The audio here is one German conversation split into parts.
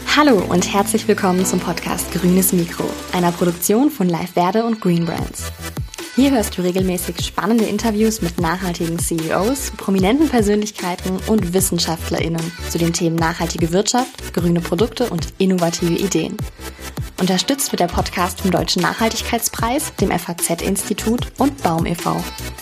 Hallo und herzlich willkommen zum Podcast Grünes Mikro, einer Produktion von Live Verde und Green Brands. Hier hörst du regelmäßig spannende Interviews mit nachhaltigen CEOs, prominenten Persönlichkeiten und WissenschaftlerInnen zu den Themen nachhaltige Wirtschaft, grüne Produkte und innovative Ideen. Unterstützt wird der Podcast vom Deutschen Nachhaltigkeitspreis, dem FAZ-Institut und Baum e.V.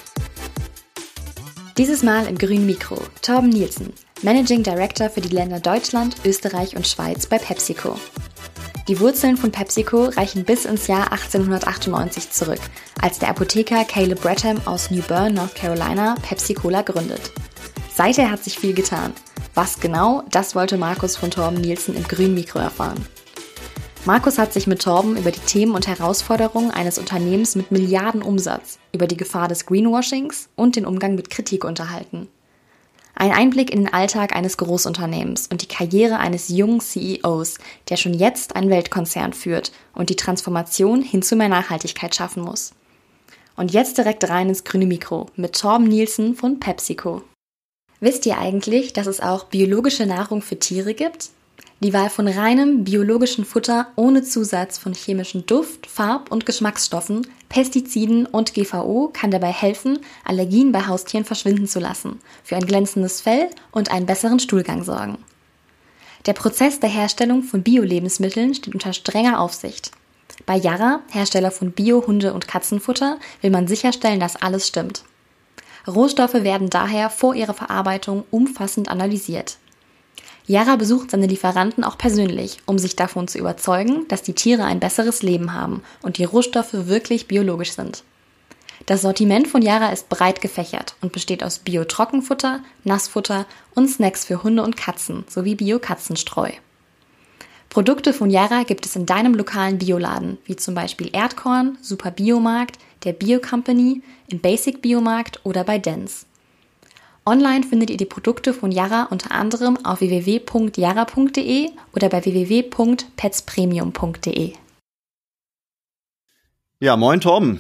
Dieses Mal im Grünen Mikro Torben Nielsen, Managing Director für die Länder Deutschland, Österreich und Schweiz bei PepsiCo. Die Wurzeln von PepsiCo reichen bis ins Jahr 1898 zurück, als der Apotheker Caleb Bretham aus New Bern, North Carolina, Pepsi-Cola gründet. Seither hat sich viel getan. Was genau, das wollte Markus von Torben Nielsen im Grünen Mikro erfahren. Markus hat sich mit Torben über die Themen und Herausforderungen eines Unternehmens mit Milliardenumsatz, über die Gefahr des Greenwashings und den Umgang mit Kritik unterhalten. Ein Einblick in den Alltag eines Großunternehmens und die Karriere eines jungen CEOs, der schon jetzt einen Weltkonzern führt und die Transformation hin zu mehr Nachhaltigkeit schaffen muss. Und jetzt direkt rein ins Grüne Mikro mit Torben Nielsen von PepsiCo. Wisst ihr eigentlich, dass es auch biologische Nahrung für Tiere gibt? Die Wahl von reinem biologischen Futter ohne Zusatz von chemischen Duft-, Farb- und Geschmacksstoffen, Pestiziden und GVO kann dabei helfen, Allergien bei Haustieren verschwinden zu lassen, für ein glänzendes Fell und einen besseren Stuhlgang sorgen. Der Prozess der Herstellung von Bio-Lebensmitteln steht unter strenger Aufsicht. Bei Yarra, Hersteller von Bio-Hunde- und Katzenfutter, will man sicherstellen, dass alles stimmt. Rohstoffe werden daher vor ihrer Verarbeitung umfassend analysiert. Yarra besucht seine Lieferanten auch persönlich, um sich davon zu überzeugen, dass die Tiere ein besseres Leben haben und die Rohstoffe wirklich biologisch sind. Das Sortiment von Yarra ist breit gefächert und besteht aus Bio-Trockenfutter, Nassfutter und Snacks für Hunde und Katzen sowie Bio-Katzenstreu. Produkte von Yarra gibt es in deinem lokalen Bioladen, wie zum Beispiel Erdkorn, Super Biomarkt, der Bio Company, im Basic Biomarkt oder bei Dens. Online findet ihr die Produkte von Yarra unter anderem auf www.yarra.de oder bei www.petspremium.de. Ja, moin Torben.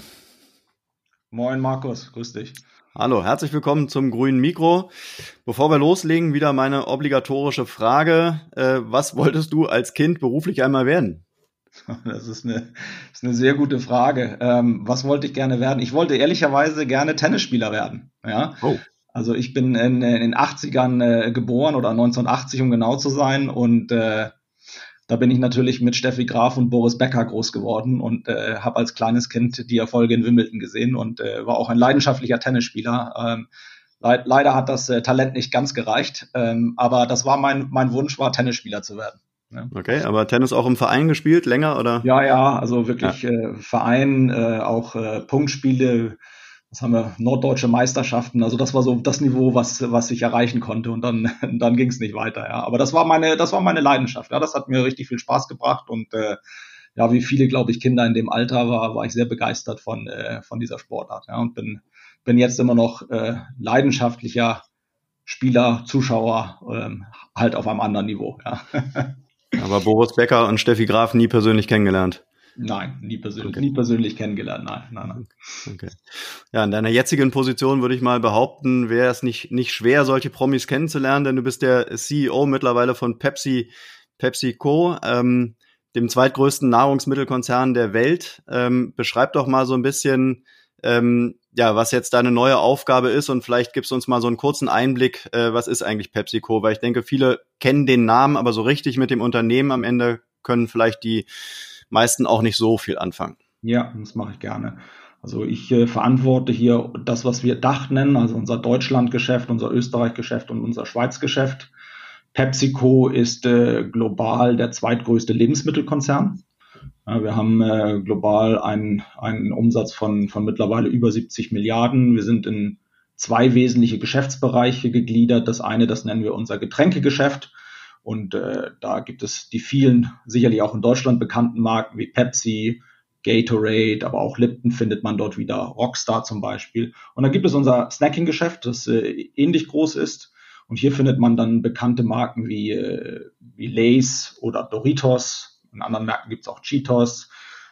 Moin Markus, grüß dich. Hallo, herzlich willkommen zum Grünen Mikro. Bevor wir loslegen, wieder meine obligatorische Frage. Was wolltest du als Kind beruflich einmal werden? Das ist eine sehr gute Frage. Was wollte ich gerne werden? Ich wollte ehrlicherweise gerne Tennisspieler werden. Ja? Oh. Also ich bin in den 80ern geboren oder 1980, um genau zu sein. Und da bin ich natürlich mit Steffi Graf und Boris Becker groß geworden und habe als kleines Kind die Erfolge in Wimbledon gesehen und war auch ein leidenschaftlicher Tennisspieler. Leider hat das Talent nicht ganz gereicht, aber das war mein Wunsch, war Tennisspieler zu werden. Ja. Okay, aber Tennis auch im Verein gespielt, länger oder? Ja, also wirklich Verein, auch Punktspiele. Was haben wir? Norddeutsche Meisterschaften. Also das war so das Niveau, was ich erreichen konnte. Und dann ging es nicht weiter. Ja, aber das war meine Leidenschaft. Ja, das hat mir richtig viel Spaß gebracht. Und ja, wie viele, glaube ich, Kinder in dem Alter war ich sehr begeistert von dieser Sportart. Ja, und bin jetzt immer noch leidenschaftlicher Spieler, Zuschauer, halt auf einem anderen Niveau. Ja. Aber Boris Becker und Steffi Graf nie persönlich kennengelernt? Nein, nie persönlich kennengelernt, nein. Okay. Ja, in deiner jetzigen Position würde ich mal behaupten, wäre es nicht schwer, solche Promis kennenzulernen, denn du bist der CEO mittlerweile von PepsiCo, dem zweitgrößten Nahrungsmittelkonzern der Welt. Beschreib doch mal so ein bisschen, was jetzt deine neue Aufgabe ist und vielleicht gibst du uns mal so einen kurzen Einblick, was ist eigentlich PepsiCo, weil ich denke, viele kennen den Namen, aber so richtig mit dem Unternehmen am Ende können vielleicht die meisten auch nicht so viel anfangen. Ja, das mache ich gerne. Also ich verantworte hier das, was wir Dach nennen, also unser Deutschlandgeschäft, unser Österreichgeschäft und unser Schweizgeschäft. PepsiCo ist global der zweitgrößte Lebensmittelkonzern. Wir haben global einen Umsatz von mittlerweile über 70 Milliarden. Wir sind in zwei wesentliche Geschäftsbereiche gegliedert. Das eine, das nennen wir unser Getränkegeschäft. Und da gibt es die vielen, sicherlich auch in Deutschland bekannten Marken wie Pepsi, Gatorade, aber auch Lipton findet man dort wieder, Rockstar zum Beispiel. Und dann gibt es unser Snacking-Geschäft, das ähnlich groß ist. Und hier findet man dann bekannte Marken wie Lay's oder Doritos. In anderen Märkten gibt es auch Cheetos,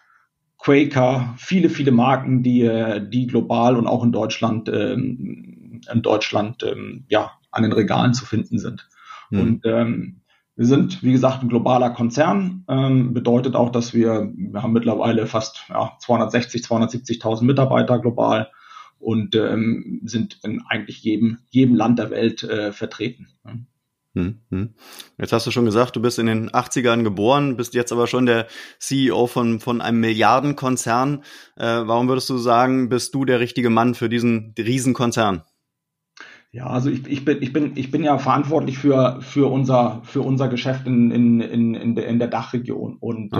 Quaker, viele Marken, die global und auch in Deutschland an den Regalen zu finden sind. Und Wir sind, wie gesagt, ein globaler Konzern, bedeutet auch, dass wir haben mittlerweile fast 270.000 Mitarbeiter global und sind in eigentlich jedem Land der Welt vertreten. Jetzt hast du schon gesagt, du bist in den 80ern geboren, bist jetzt aber schon der CEO von einem Milliardenkonzern. Warum würdest du sagen, bist du der richtige Mann für diesen Riesenkonzern? Ja, also ich bin ja verantwortlich für unser Geschäft in der Dachregion und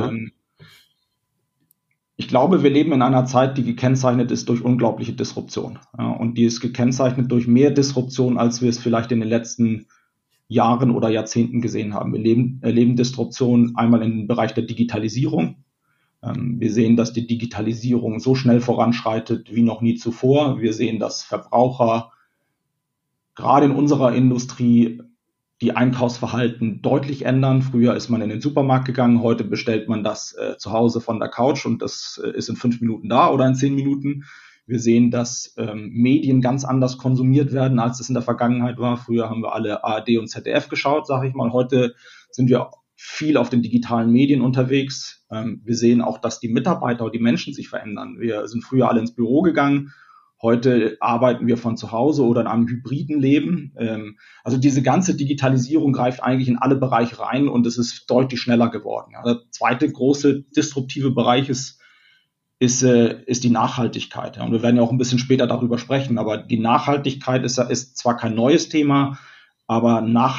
ich glaube, wir leben in einer Zeit, die gekennzeichnet ist durch unglaubliche Disruption. Ja, und die ist gekennzeichnet durch mehr Disruption, als wir es vielleicht in den letzten Jahren oder Jahrzehnten gesehen haben. Wir erleben Disruption einmal im Bereich der Digitalisierung. Wir sehen, dass die Digitalisierung so schnell voranschreitet wie noch nie zuvor. Wir sehen, dass Verbraucher gerade in unserer Industrie die Einkaufsverhalten deutlich ändern. Früher ist man in den Supermarkt gegangen, heute bestellt man das zu Hause von der Couch und das ist in 5 Minuten da oder in 10 Minuten. Wir sehen, dass Medien ganz anders konsumiert werden, als es in der Vergangenheit war. Früher haben wir alle ARD und ZDF geschaut, sage ich mal. Heute sind wir viel auf den digitalen Medien unterwegs. Wir sehen auch, dass die Mitarbeiter, die Menschen sich verändern. Wir sind früher alle ins Büro gegangen. Heute arbeiten wir von zu Hause oder in einem hybriden Leben. Also diese ganze Digitalisierung greift eigentlich in alle Bereiche rein und es ist deutlich schneller geworden. Ja. Der zweite große disruptive Bereich ist die Nachhaltigkeit. Ja. Und wir werden ja auch ein bisschen später darüber sprechen, aber die Nachhaltigkeit ist zwar kein neues Thema, aber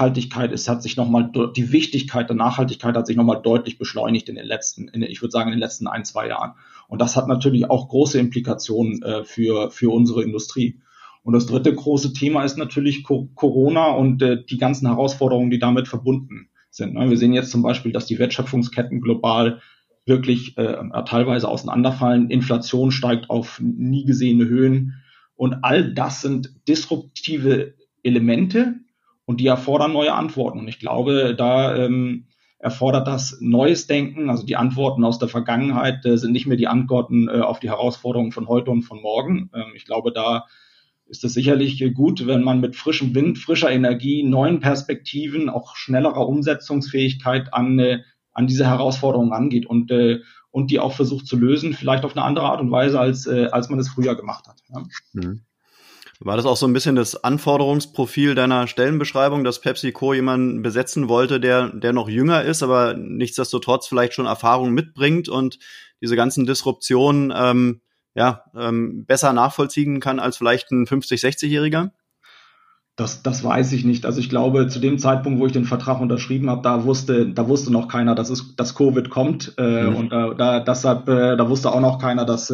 die Wichtigkeit der Nachhaltigkeit hat sich nochmal deutlich beschleunigt in den letzten 1-2 Jahren. Und das hat natürlich auch große Implikationen für unsere Industrie. Und das dritte große Thema ist natürlich Corona und die ganzen Herausforderungen, die damit verbunden sind. Wir sehen jetzt zum Beispiel, dass die Wertschöpfungsketten global wirklich teilweise auseinanderfallen. Inflation steigt auf nie gesehene Höhen. Und all das sind disruptive Elemente und die erfordern neue Antworten. Und ich glaube, da erfordert das neues Denken. Also die Antworten aus der Vergangenheit sind nicht mehr die Antworten auf die Herausforderungen von heute und von morgen. Ich glaube, da ist es sicherlich gut, wenn man mit frischem Wind, frischer Energie, neuen Perspektiven, auch schnellerer Umsetzungsfähigkeit an diese Herausforderungen angeht und die auch versucht zu lösen, vielleicht auf eine andere Art und Weise, als man es früher gemacht hat. Ja. War das auch so ein bisschen das Anforderungsprofil deiner Stellenbeschreibung, dass PepsiCo jemanden besetzen wollte, der noch jünger ist, aber nichtsdestotrotz vielleicht schon Erfahrung mitbringt und diese ganzen Disruptionen besser nachvollziehen kann als vielleicht ein 50-, 60-Jähriger? Das weiß ich nicht. Also ich glaube, zu dem Zeitpunkt, wo ich den Vertrag unterschrieben habe, da wusste noch keiner, dass Covid kommt. Und da wusste auch noch keiner, dass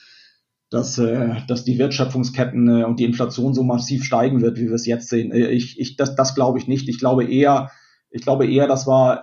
die Wertschöpfungsketten und die Inflation so massiv steigen wird, wie wir es jetzt sehen. Das glaube ich nicht. Ich glaube eher, das war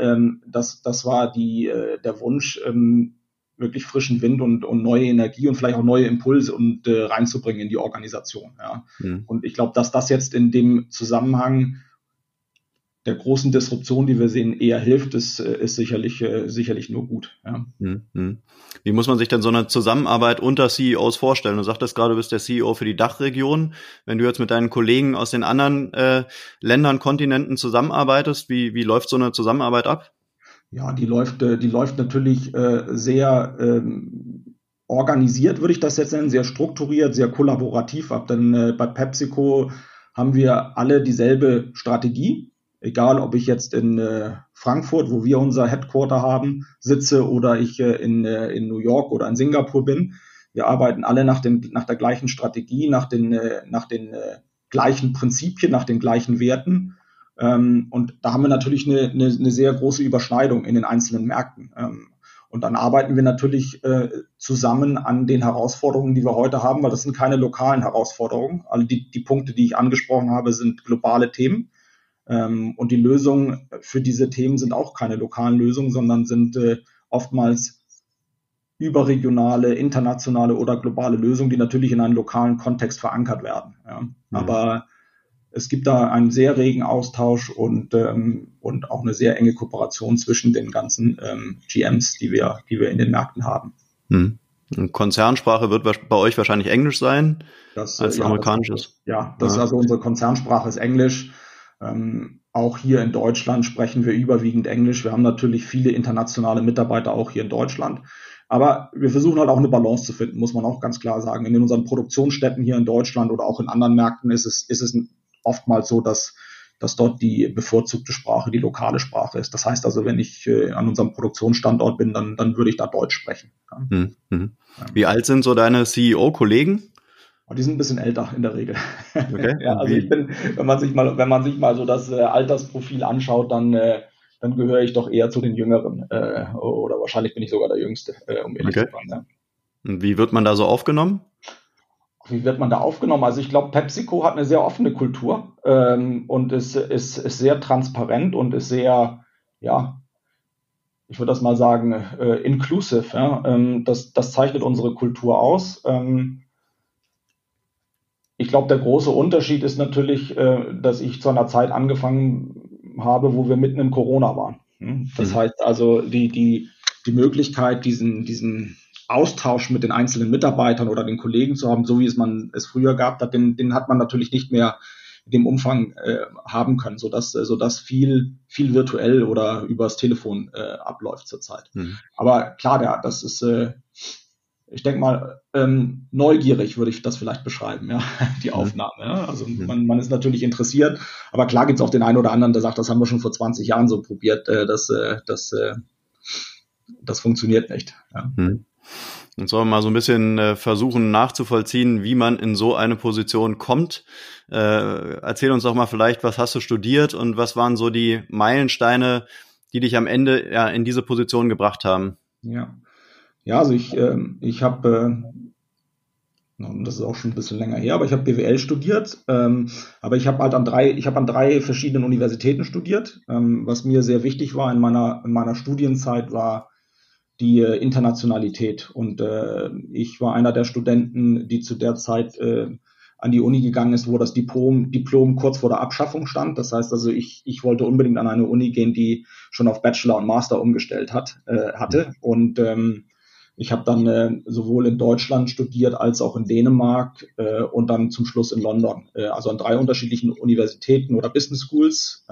der Wunsch, wirklich frischen Wind und neue Energie und vielleicht auch neue Impulse reinzubringen in die Organisation. Ja. Und ich glaube, dass das jetzt in dem Zusammenhang der großen Disruption, die wir sehen, eher hilft, ist sicherlich nur gut. Ja. Wie muss man sich denn so eine Zusammenarbeit unter CEOs vorstellen? Du sagtest gerade, du bist der CEO für die Dachregion. Wenn du jetzt mit deinen Kollegen aus den anderen Ländern, Kontinenten zusammenarbeitest, wie läuft so eine Zusammenarbeit ab? Ja, die läuft natürlich sehr organisiert, würde ich das jetzt nennen, sehr strukturiert, sehr kollaborativ ab. Denn bei PepsiCo haben wir alle dieselbe Strategie. Egal, ob ich jetzt in Frankfurt, wo wir unser Headquarter haben, sitze oder ich in New York oder in Singapur bin. Wir arbeiten alle nach der gleichen Strategie, nach den gleichen Prinzipien, nach den gleichen Werten. Und da haben wir natürlich eine sehr große Überschneidung in den einzelnen Märkten. Und dann arbeiten wir natürlich zusammen an den Herausforderungen, die wir heute haben, weil das sind keine lokalen Herausforderungen. Alle die Punkte, die ich angesprochen habe, sind globale Themen. Und die Lösungen für diese Themen sind auch keine lokalen Lösungen, sondern sind oftmals überregionale, internationale oder globale Lösungen, die natürlich in einem lokalen Kontext verankert werden. Ja. Aber es gibt da einen sehr regen Austausch und auch eine sehr enge Kooperation zwischen den ganzen GMs, die wir in den Märkten haben. Konzernsprache wird bei euch wahrscheinlich Englisch sein, als amerikanisches. Also unsere Konzernsprache ist Englisch. Auch hier in Deutschland sprechen wir überwiegend Englisch. Wir haben natürlich viele internationale Mitarbeiter auch hier in Deutschland. Aber wir versuchen halt auch eine Balance zu finden, muss man auch ganz klar sagen. In unseren Produktionsstätten hier in Deutschland oder auch in anderen Märkten ist es oftmals so, dass dort die bevorzugte Sprache die lokale Sprache ist. Das heißt also, wenn ich an unserem Produktionsstandort bin, dann würde ich da Deutsch sprechen. Ja. Mhm. Wie alt sind so deine CEO-Kollegen? Die sind ein bisschen älter in der Regel. Okay. Ja, also wenn man sich mal so das Altersprofil anschaut, dann gehöre ich doch eher zu den Jüngeren. Oder wahrscheinlich bin ich sogar der Jüngste, um ehrlich zu sein. Ja. Und wie wird man da so aufgenommen? Wie wird man da aufgenommen? Also ich glaube, PepsiCo hat eine sehr offene Kultur und ist sehr transparent und ist sehr, ja, ich würde das mal sagen, inclusive. Ja? Das zeichnet unsere Kultur aus. Ich glaube, der große Unterschied ist natürlich, dass ich zu einer Zeit angefangen habe, wo wir mitten in Corona waren. Das heißt also, die Möglichkeit, diesen Austausch mit den einzelnen Mitarbeitern oder den Kollegen zu haben, so wie man es früher gehabt hat, den hat man natürlich nicht mehr in dem Umfang haben können, sodass viel virtuell oder übers Telefon abläuft zurzeit. Aber klar, das ist ich denke mal, neugierig würde ich das vielleicht beschreiben, ja, die Aufnahme. Ja. Also man ist natürlich interessiert, aber klar gibt es auch den einen oder anderen, der sagt, das haben wir schon vor 20 Jahren so probiert, das funktioniert nicht. Ja. Und sollen wir mal so ein bisschen versuchen nachzuvollziehen, wie man in so eine Position kommt. Erzähl uns doch mal vielleicht, was hast du studiert und was waren so die Meilensteine, die dich am Ende in diese Position gebracht haben? Ja, also ich habe, das ist auch schon ein bisschen länger her, aber ich habe BWL studiert, aber ich habe an drei verschiedenen Universitäten studiert. Was mir sehr wichtig war in meiner Studienzeit war die Internationalität. Und ich war einer der Studenten, die zu der Zeit an die Uni gegangen ist, wo das Diplom kurz vor der Abschaffung stand. Das heißt also, ich wollte unbedingt an eine Uni gehen, die schon auf Bachelor und Master umgestellt hatte. Und ich habe dann sowohl in Deutschland studiert als auch in Dänemark und dann zum Schluss in London. Also an 3 unterschiedlichen Universitäten oder Business Schools,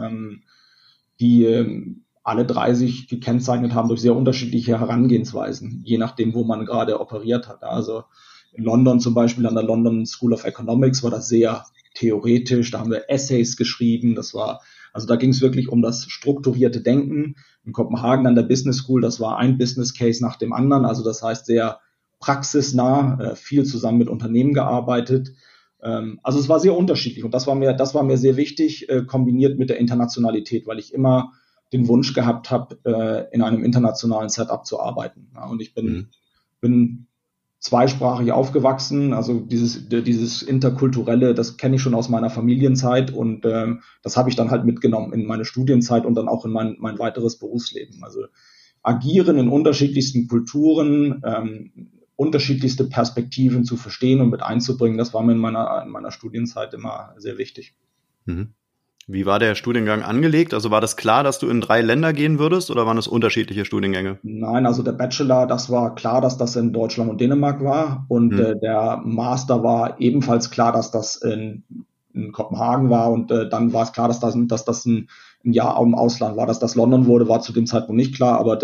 die alle 3 sich gekennzeichnet haben durch sehr unterschiedliche Herangehensweisen, je nachdem, wo man gerade operiert hat. Also in London zum Beispiel an der London School of Economics war das sehr theoretisch. Da haben wir Essays geschrieben. Da ging es wirklich um das strukturierte Denken. In Kopenhagen an der Business School, das war ein Business Case nach dem anderen. Also das heißt sehr praxisnah, viel zusammen mit Unternehmen gearbeitet. Also es war sehr unterschiedlich und das war mir sehr wichtig, kombiniert mit der Internationalität, weil ich immer den Wunsch gehabt habe, in einem internationalen Setup zu arbeiten. Ja, und ich bin zweisprachig aufgewachsen, also dieses Interkulturelle, das kenne ich schon aus meiner Familienzeit und das habe ich dann halt mitgenommen in meine Studienzeit und dann auch in mein weiteres Berufsleben. Also agieren in unterschiedlichsten Kulturen, unterschiedlichste Perspektiven zu verstehen und mit einzubringen, das war mir in meiner Studienzeit immer sehr wichtig. Wie war der Studiengang angelegt? Also war das klar, dass du in 3 Länder gehen würdest oder waren es unterschiedliche Studiengänge? Nein, also der Bachelor, das war klar, dass das in Deutschland und Dänemark war und der Master war ebenfalls klar, dass das in Kopenhagen war und dann war es klar, dass das ein Jahr im Ausland war. Dass das London wurde, war zu dem Zeitpunkt nicht klar, aber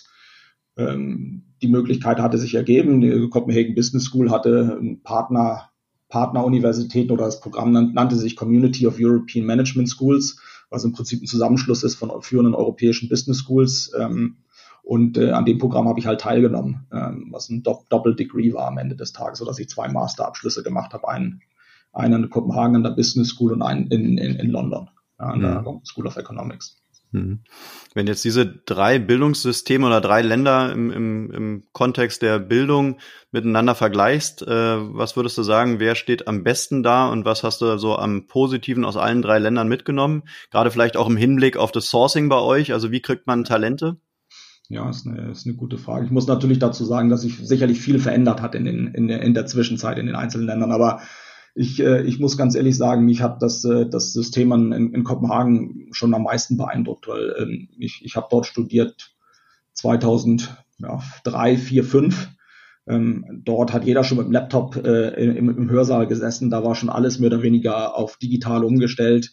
die Möglichkeit hatte sich ergeben. Die Copenhagen Business School hatte einen Partneruniversitäten oder das Programm nannte sich Community of European Management Schools, was im Prinzip ein Zusammenschluss ist von führenden europäischen Business Schools. Und an dem Programm habe ich halt teilgenommen, was ein Doppel-Degree war am Ende des Tages, sodass ich 2 Masterabschlüsse gemacht habe. Einen in Kopenhagen an der Business School und einen in London an der School of Economics. Wenn jetzt diese 3 Bildungssysteme oder 3 Länder im Kontext der Bildung miteinander vergleichst, was würdest du sagen, wer steht am besten da und was hast du so am Positiven aus allen 3 Ländern mitgenommen? Gerade vielleicht auch im Hinblick auf das Sourcing bei euch, also wie kriegt man Talente? Ja, ist eine gute Frage. Ich muss natürlich dazu sagen, dass sich sicherlich viel verändert hat in der Zwischenzeit in den einzelnen Ländern, aber ich muss ganz ehrlich sagen, mich hat das System in Kopenhagen schon am meisten beeindruckt, weil ich habe dort studiert 2003, 2004, 2005. Dort hat jeder schon mit dem Laptop im Hörsaal gesessen. Da war schon alles mehr oder weniger auf digital umgestellt.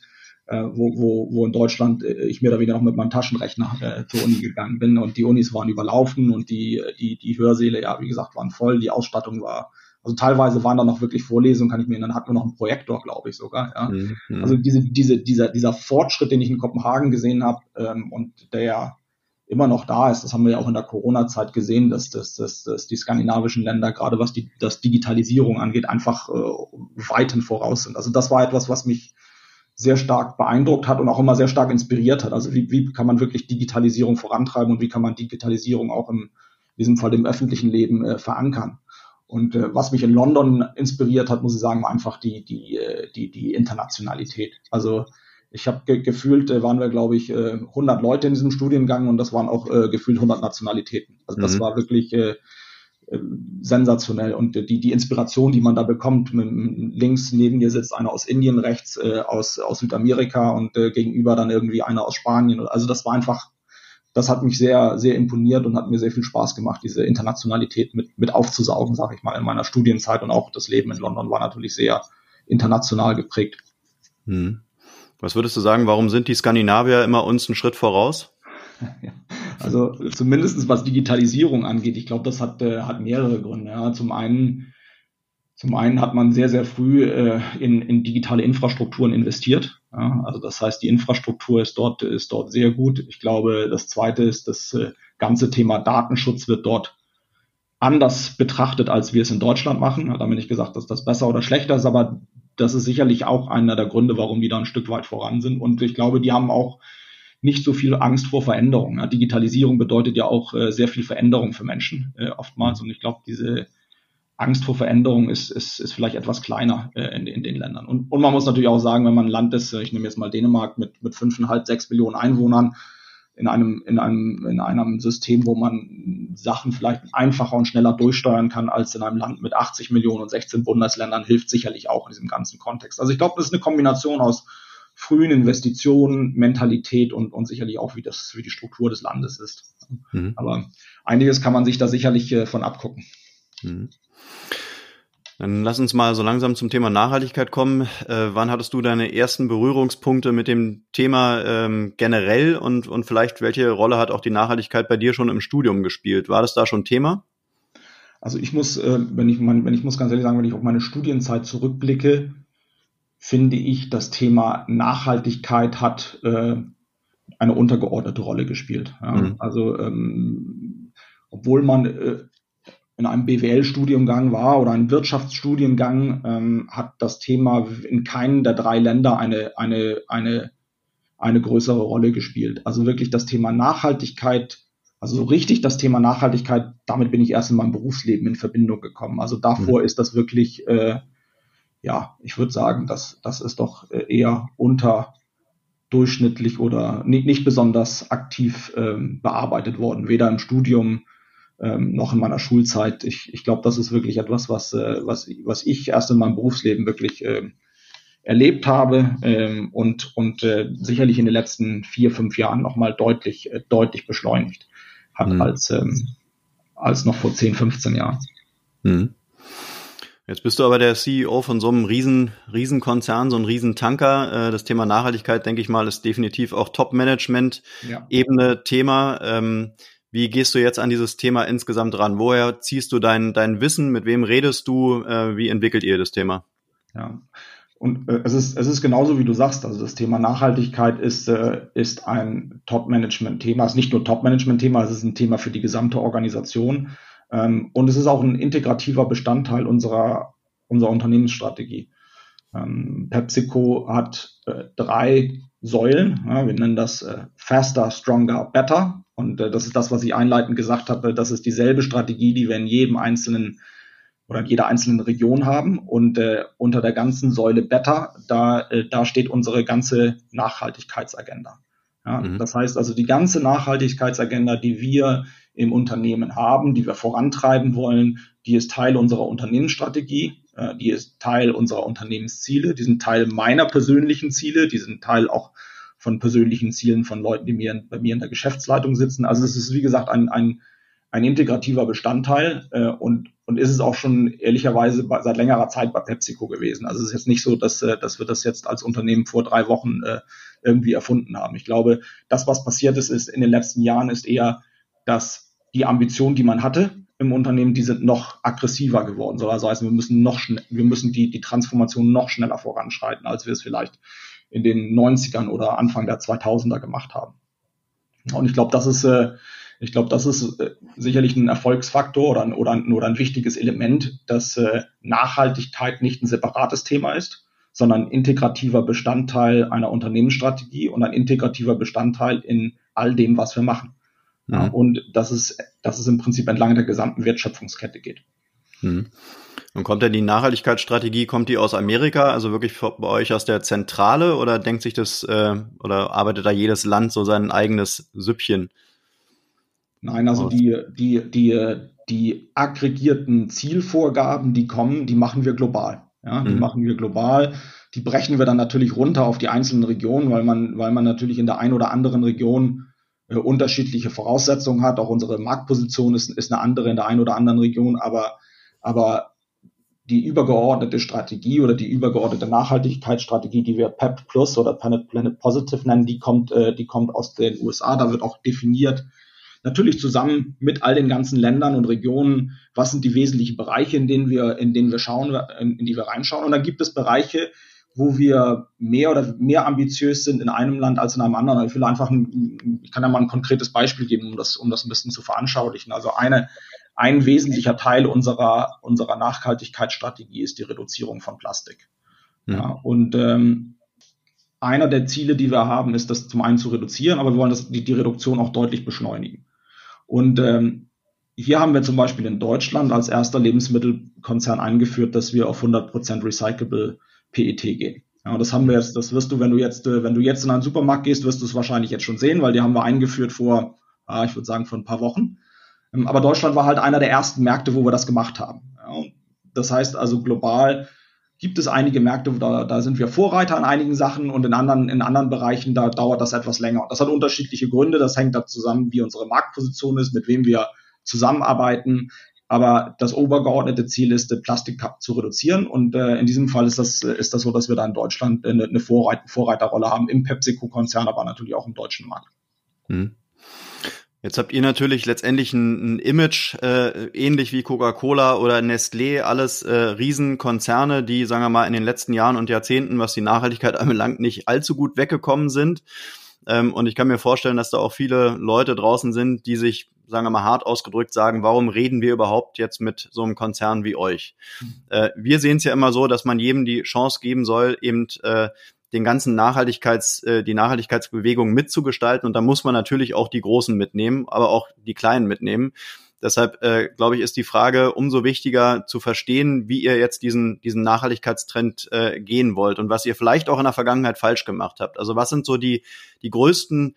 wo in Deutschland ich mehr oder weniger noch mit meinem Taschenrechner zur Uni gegangen bin und die Unis waren überlaufen und die Hörsäle, ja, wie gesagt, waren voll, die Ausstattung war, also teilweise waren da noch wirklich Vorlesungen, kann ich mir, dann hatten wir noch einen Projektor, glaube ich sogar, ja. Also dieser Fortschritt, den ich in Kopenhagen gesehen habe, und der ja immer noch da ist, das haben wir ja auch in der Corona-Zeit gesehen, dass die skandinavischen Länder, gerade was das Digitalisierung angeht, einfach weiten voraus sind. Also das war etwas, was mich sehr stark beeindruckt hat und auch immer sehr stark inspiriert hat. Also wie kann man wirklich Digitalisierung vorantreiben und wie kann man Digitalisierung auch in diesem Fall im öffentlichen Leben verankern. Und was mich in London inspiriert hat, muss ich sagen, war einfach die Internationalität. Also ich habe gefühlt, waren wir, glaube ich, 100 Leute in diesem Studiengang und das waren auch gefühlt 100 Nationalitäten. Also das war wirklich sensationell und die Inspiration, die man da bekommt, links neben dir sitzt einer aus Indien, rechts aus Südamerika und gegenüber dann irgendwie einer aus Spanien. Also das war einfach, das hat mich sehr, sehr imponiert und hat mir sehr viel Spaß gemacht, diese Internationalität mit aufzusaugen, sage ich mal, in meiner Studienzeit, und auch das Leben in London war natürlich sehr international geprägt. Was würdest du sagen, warum sind die Skandinavier immer uns einen Schritt voraus? Also zumindest was Digitalisierung angeht, ich glaube, das hat mehrere Gründe. Ja. Zum einen hat man sehr, sehr früh in digitale Infrastrukturen investiert. Ja. Also das heißt, die Infrastruktur ist dort sehr gut. Ich glaube, das Zweite ist, das ganze Thema Datenschutz wird dort anders betrachtet, als wir es in Deutschland machen. Ja, damit nicht gesagt, dass das besser oder schlechter ist, aber das ist sicherlich auch einer der Gründe, warum die da ein Stück weit voran sind. Und ich glaube, die haben auch nicht so viel Angst vor Veränderung. Ja, Digitalisierung bedeutet ja auch sehr viel Veränderung für Menschen oftmals. Und ich glaube, diese Angst vor Veränderung ist vielleicht etwas kleiner in den Ländern. Und man muss natürlich auch sagen, wenn man ein Land ist, ich nehme jetzt mal Dänemark mit 5,5, 6 Millionen Einwohnern, in einem System, wo man Sachen vielleicht einfacher und schneller durchsteuern kann als in einem Land mit 80 Millionen und 16 Bundesländern, hilft sicherlich auch in diesem ganzen Kontext. Also ich glaube, das ist eine Kombination aus frühen Investitionen, Mentalität und sicherlich auch, wie die Struktur des Landes ist. Aber einiges kann man sich da sicherlich von abgucken. Dann lass uns mal so langsam zum Thema Nachhaltigkeit kommen. Wann hattest du deine ersten Berührungspunkte mit dem Thema generell und vielleicht welche Rolle hat auch die Nachhaltigkeit bei dir schon im Studium gespielt? War das da schon Thema? Also ich muss, wenn ich ganz ehrlich sagen, wenn ich auf meine Studienzeit zurückblicke, finde ich, das Thema Nachhaltigkeit hat eine untergeordnete Rolle gespielt. Ja. Also obwohl man in einem BWL-Studiengang war oder einem Wirtschaftsstudiengang, hat das Thema in keinem der 3 Länder eine größere Rolle gespielt. Also wirklich das Thema Nachhaltigkeit, also so richtig das Thema Nachhaltigkeit, damit bin ich erst in meinem Berufsleben in Verbindung gekommen. Also davor ist das wirklich, ich würde sagen, das ist doch eher unterdurchschnittlich oder nicht besonders aktiv bearbeitet worden, weder im Studium noch in meiner Schulzeit. Ich glaube, das ist wirklich etwas, was ich erst in meinem Berufsleben wirklich erlebt habe und sicherlich in den letzten 4, 5 Jahren nochmal deutlich beschleunigt hat als noch vor 10, 15 Jahren. Jetzt bist du aber der CEO von so einem Riesenkonzern, so einem Riesentanker. Das Thema Nachhaltigkeit, denke ich mal, ist definitiv auch Top-Management-Ebene Thema. Wie gehst du jetzt an dieses Thema insgesamt ran? Woher ziehst du dein Wissen? Mit wem redest du? Wie entwickelt ihr das Thema? Ja, und es ist genauso, wie du sagst. Also das Thema Nachhaltigkeit ist ein Top-Management-Thema. Es ist nicht nur Top-Management-Thema, es ist ein Thema für die gesamte Organisation. Und es ist auch ein integrativer Bestandteil unserer Unternehmensstrategie. PepsiCo hat 3 Säulen. Ja, wir nennen das Faster, Stronger, Better. Und das ist das, was ich einleitend gesagt habe. Das ist dieselbe Strategie, die wir in jedem einzelnen oder in jeder einzelnen Region haben. Und unter der ganzen Säule Better, da steht unsere ganze Nachhaltigkeitsagenda. Ja, das heißt also, die ganze Nachhaltigkeitsagenda, die wir im Unternehmen haben, die wir vorantreiben wollen, die ist Teil unserer Unternehmensstrategie, die ist Teil unserer Unternehmensziele, die sind Teil meiner persönlichen Ziele, die sind Teil auch von persönlichen Zielen von Leuten, die bei mir in der Geschäftsleitung sitzen. Also es ist, wie gesagt, ein integrativer Bestandteil und und ist es auch schon ehrlicherweise seit längerer Zeit bei PepsiCo gewesen. Also es ist jetzt nicht so, dass wir das jetzt als Unternehmen vor 3 Wochen irgendwie erfunden haben. Ich glaube, das, was passiert ist in den letzten Jahren, ist eher, dass die Ambitionen, die man hatte im Unternehmen, die sind noch aggressiver geworden. So, also heißt, wir müssen die Transformation noch schneller voranschreiten, als wir es vielleicht in den 90ern oder Anfang der 2000er gemacht haben. Und ich glaube, das ist sicherlich ein Erfolgsfaktor oder ein wichtiges Element, dass Nachhaltigkeit nicht ein separates Thema ist, sondern ein integrativer Bestandteil einer Unternehmensstrategie und ein integrativer Bestandteil in all dem, was wir machen. Mhm. Ja, und dass es im Prinzip entlang der gesamten Wertschöpfungskette geht. Mhm. Und kommt denn die Nachhaltigkeitsstrategie, kommt die aus Amerika, also wirklich bei euch aus der Zentrale, oder denkt sich das oder arbeitet da jedes Land so sein eigenes Süppchen? Nein, also die aggregierten Zielvorgaben, die machen wir global. Ja, die machen wir global. Die brechen wir dann natürlich runter auf die einzelnen Regionen, weil man natürlich in der einen oder anderen Region unterschiedliche Voraussetzungen hat. Auch unsere Marktposition ist eine andere in der einen oder anderen Region, aber die übergeordnete Strategie oder die übergeordnete Nachhaltigkeitsstrategie, die wir PEP Plus oder Planet Positive nennen, die kommt aus den USA. Da wird auch definiert, natürlich zusammen mit all den ganzen Ländern und Regionen, was sind die wesentlichen Bereiche, in die wir reinschauen. Und dann gibt es Bereiche, wo wir mehr ambitiös sind in einem Land als in einem anderen. Ich kann ja mal ein konkretes Beispiel geben, um das ein bisschen zu veranschaulichen. Also ein wesentlicher Teil unserer Nachhaltigkeitsstrategie ist die Reduzierung von Plastik. Ja, und einer der Ziele, die wir haben, ist, das zum einen zu reduzieren, aber wir wollen die Reduktion auch deutlich beschleunigen. Und hier haben wir zum Beispiel in Deutschland als erster Lebensmittelkonzern eingeführt, dass wir auf 100% recyclable PET gehen. Ja, das haben wir jetzt, das wirst du, wenn du jetzt in einen Supermarkt gehst, wirst du es wahrscheinlich jetzt schon sehen, weil die haben wir eingeführt vor ein paar Wochen. Aber Deutschland war halt einer der ersten Märkte, wo wir das gemacht haben. Ja, das heißt also, global gibt es einige Märkte, da sind wir Vorreiter an einigen Sachen, und in anderen Bereichen, da dauert das etwas länger. Das hat unterschiedliche Gründe. Das hängt da zusammen, wie unsere Marktposition ist, mit wem wir zusammenarbeiten. Aber das obergeordnete Ziel ist, Plastik zu reduzieren. Und in diesem Fall ist das so, dass wir da in Deutschland eine Vorreiterrolle haben, im PepsiCo-Konzern, aber natürlich auch im deutschen Markt. Mhm. Jetzt habt ihr natürlich letztendlich ein Image, ähnlich wie Coca-Cola oder Nestlé, alles Riesenkonzerne, die, sagen wir mal, in den letzten Jahren und Jahrzehnten, was die Nachhaltigkeit anbelangt, nicht allzu gut weggekommen sind. Und ich kann mir vorstellen, dass da auch viele Leute draußen sind, die sich, sagen wir mal, hart ausgedrückt sagen, warum reden wir überhaupt jetzt mit so einem Konzern wie euch? Wir sehen es ja immer so, dass man jedem die Chance geben soll, eben den ganzen die Nachhaltigkeitsbewegung mitzugestalten, und da muss man natürlich auch die Großen mitnehmen, aber auch die Kleinen mitnehmen. Deshalb, glaube ich, ist die Frage umso wichtiger zu verstehen, wie ihr jetzt diesen Nachhaltigkeitstrend gehen wollt und was ihr vielleicht auch in der Vergangenheit falsch gemacht habt. Also was sind so die größten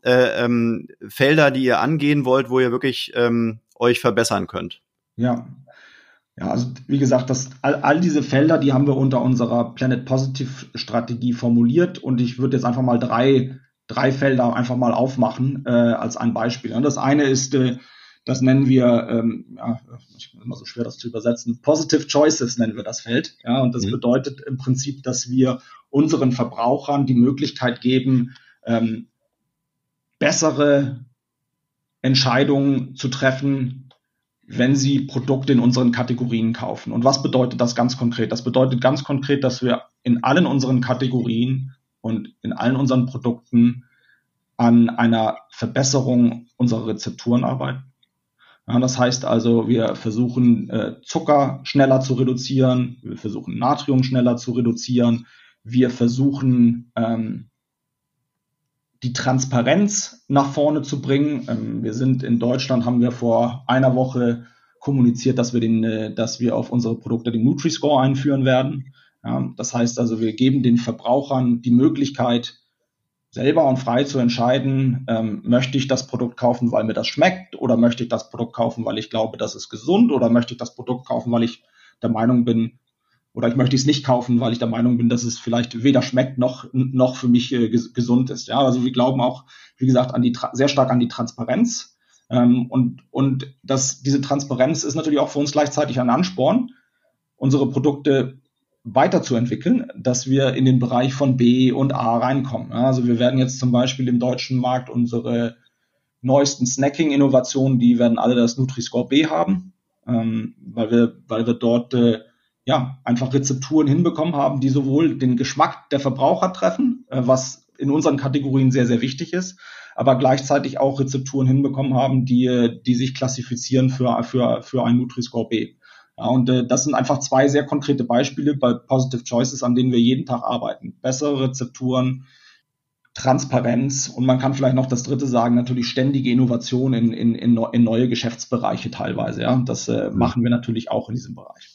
Felder, die ihr angehen wollt, wo ihr wirklich euch verbessern könnt? Ja, also wie gesagt, all diese Felder, die haben wir unter unserer Planet Positive Strategie formuliert, und ich würde jetzt einfach mal drei Felder einfach mal aufmachen als ein Beispiel. Das eine ist, das nennen wir, ist immer so schwer das zu übersetzen, Positive Choices nennen wir das Feld. Ja, und das bedeutet im Prinzip, dass wir unseren Verbrauchern die Möglichkeit geben, bessere Entscheidungen zu treffen, wenn sie Produkte in unseren Kategorien kaufen. Und was bedeutet das ganz konkret? Das bedeutet ganz konkret, dass wir in allen unseren Kategorien und in allen unseren Produkten an einer Verbesserung unserer Rezepturen arbeiten. Ja, das heißt also, wir versuchen Zucker schneller zu reduzieren, wir versuchen Natrium schneller zu reduzieren, wir versuchen die Transparenz nach vorne zu bringen. Wir sind in Deutschland, haben wir vor einer Woche kommuniziert, dass wir auf unsere Produkte den Nutri-Score einführen werden. Ja, das heißt also, wir geben den Verbrauchern die Möglichkeit, selber und frei zu entscheiden, möchte ich das Produkt kaufen, weil mir das schmeckt, oder möchte ich das Produkt kaufen, weil ich glaube, das ist gesund, oder möchte ich das Produkt kaufen, weil ich der Meinung bin, oder ich möchte es nicht kaufen, weil ich der Meinung bin, dass es vielleicht weder schmeckt noch für mich gesund ist. Ja, also wir glauben auch, wie gesagt, sehr stark an die Transparenz. Diese Transparenz ist natürlich auch für uns gleichzeitig ein Ansporn, unsere Produkte weiterzuentwickeln, dass wir in den Bereich von B und A reinkommen. Also wir werden jetzt zum Beispiel im deutschen Markt unsere neuesten Snacking-Innovationen, die werden alle das Nutri-Score B haben, weil wir dort einfach Rezepturen hinbekommen haben, die sowohl den Geschmack der Verbraucher treffen, was in unseren Kategorien sehr, sehr wichtig ist, aber gleichzeitig auch Rezepturen hinbekommen haben, die sich klassifizieren für ein Nutri-Score B. Ja, und das sind einfach zwei sehr konkrete Beispiele bei Positive Choices, an denen wir jeden Tag arbeiten. Bessere Rezepturen, Transparenz und man kann vielleicht noch das dritte sagen, natürlich ständige Innovation in neue Geschäftsbereiche teilweise. Ja, das machen wir natürlich auch in diesem Bereich.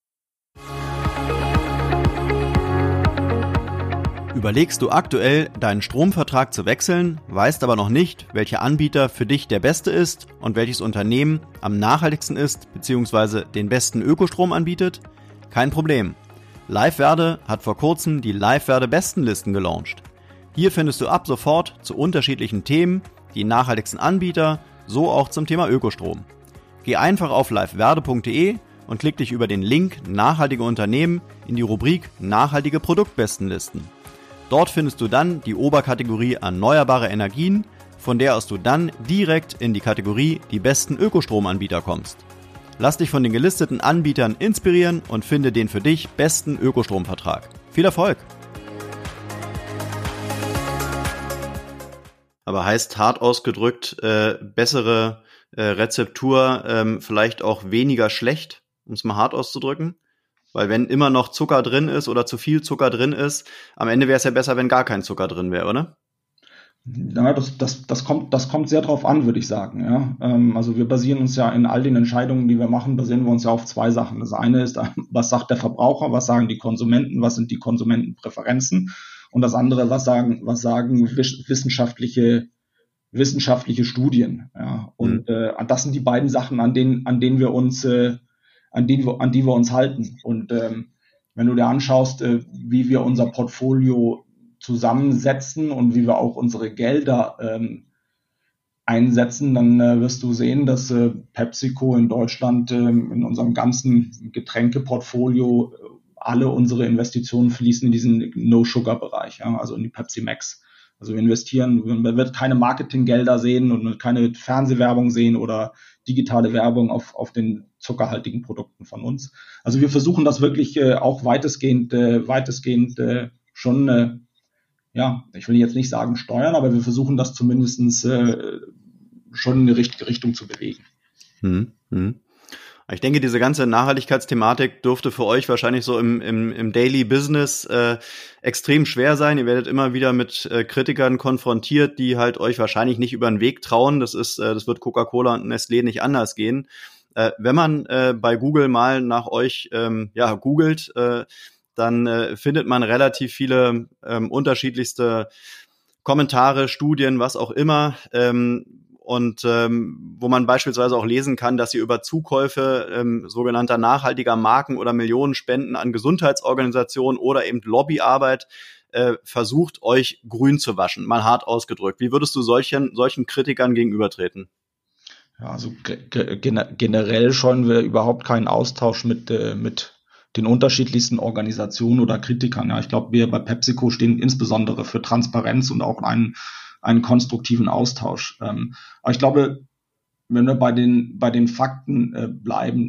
Überlegst du aktuell, deinen Stromvertrag zu wechseln, weißt aber noch nicht, welcher Anbieter für dich der beste ist und welches Unternehmen am nachhaltigsten ist bzw. den besten Ökostrom anbietet? Kein Problem. LiveWerde hat vor kurzem die LiveWerde Bestenlisten gelauncht. Hier findest du ab sofort zu unterschiedlichen Themen die nachhaltigsten Anbieter, so auch zum Thema Ökostrom. Geh einfach auf livewerde.de und klick dich über den Link Nachhaltige Unternehmen in die Rubrik Nachhaltige Produktbestenlisten. Dort findest du dann die Oberkategorie Erneuerbare Energien, von der aus du dann direkt in die Kategorie die besten Ökostromanbieter kommst. Lass dich von den gelisteten Anbietern inspirieren und finde den für dich besten Ökostromvertrag. Viel Erfolg! Aber heißt hart ausgedrückt, bessere Rezeptur, vielleicht auch weniger schlecht, um es mal hart auszudrücken? Weil wenn immer noch Zucker drin ist oder zu viel Zucker drin ist, am Ende wäre es ja besser, wenn gar kein Zucker drin wäre, oder? Ja, das kommt sehr drauf an, würde ich sagen. Ja. Also wir basieren uns ja in all den Entscheidungen, die wir machen, basieren wir uns ja auf zwei Sachen. Das eine ist, was sagt der Verbraucher, was sagen die Konsumenten, was sind die Konsumentenpräferenzen? Und das andere, was sagen wissenschaftliche Studien. Ja. Und das sind die beiden Sachen, an die wir uns halten. Und wenn du dir anschaust, wie wir unser Portfolio zusammensetzen und wie wir auch unsere Gelder einsetzen, dann wirst du sehen, dass PepsiCo in Deutschland in unserem ganzen Getränkeportfolio alle unsere Investitionen fließen in diesen No-Sugar-Bereich, ja, also in die Pepsi Max. Also wir investieren, man wird keine Marketinggelder sehen und keine Fernsehwerbung sehen oder digitale Werbung auf den zuckerhaltigen Produkten von uns. Also wir versuchen das wirklich auch weitestgehend schon, ich will jetzt nicht sagen steuern, aber wir versuchen das zumindest schon in die richtige Richtung zu bewegen. Ich denke, diese ganze Nachhaltigkeitsthematik dürfte für euch wahrscheinlich so im Daily Business extrem schwer sein. Ihr werdet immer wieder mit Kritikern konfrontiert, die halt euch wahrscheinlich nicht über den Weg trauen. Das wird Coca-Cola und Nestlé nicht anders gehen. Wenn man bei Google mal nach euch googelt, dann findet man relativ viele unterschiedlichste Kommentare, Studien, was auch immer. Und wo man beispielsweise auch lesen kann, dass ihr über Zukäufe sogenannter nachhaltiger Marken oder Millionenspenden an Gesundheitsorganisationen oder eben Lobbyarbeit versucht, euch grün zu waschen, mal hart ausgedrückt. Wie würdest du solchen Kritikern gegenübertreten? Ja, also generell scheuen wir überhaupt keinen Austausch mit den unterschiedlichsten Organisationen oder Kritikern. Ja, ich glaube, wir bei PepsiCo stehen insbesondere für Transparenz und auch einen konstruktiven Austausch. Aber ich glaube, wenn wir bei den Fakten bleiben,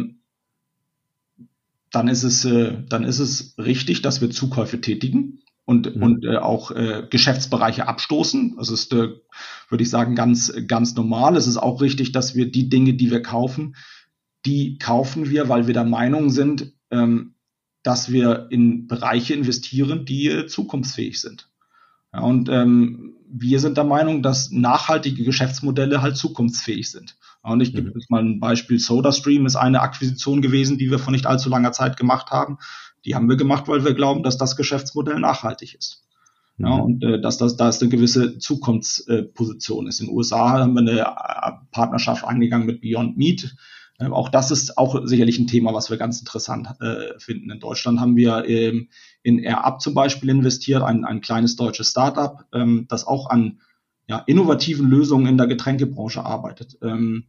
dann ist es richtig, dass wir Zukäufe tätigen und auch Geschäftsbereiche abstoßen. Das ist, würde ich sagen, ganz, ganz normal. Es ist auch richtig, dass wir die Dinge, die wir kaufen, die kaufen wir, weil wir der Meinung sind, dass wir in Bereiche investieren, die zukunftsfähig sind. Ja, und wir sind der Meinung, dass nachhaltige Geschäftsmodelle halt zukunftsfähig sind. Ja, und ich gebe jetzt mal ein Beispiel. SodaStream ist eine Akquisition gewesen, die wir vor nicht allzu langer Zeit gemacht haben. Die haben wir gemacht, weil wir glauben, dass das Geschäftsmodell nachhaltig ist. Ja, und dass da eine gewisse Zukunftsposition ist. In den USA haben wir eine Partnerschaft eingegangen mit Beyond Meat. Auch das ist auch sicherlich ein Thema, was wir ganz interessant finden. In Deutschland haben wir in AirUp zum Beispiel investiert, ein kleines deutsches Startup, das auch an innovativen Lösungen in der Getränkebranche arbeitet.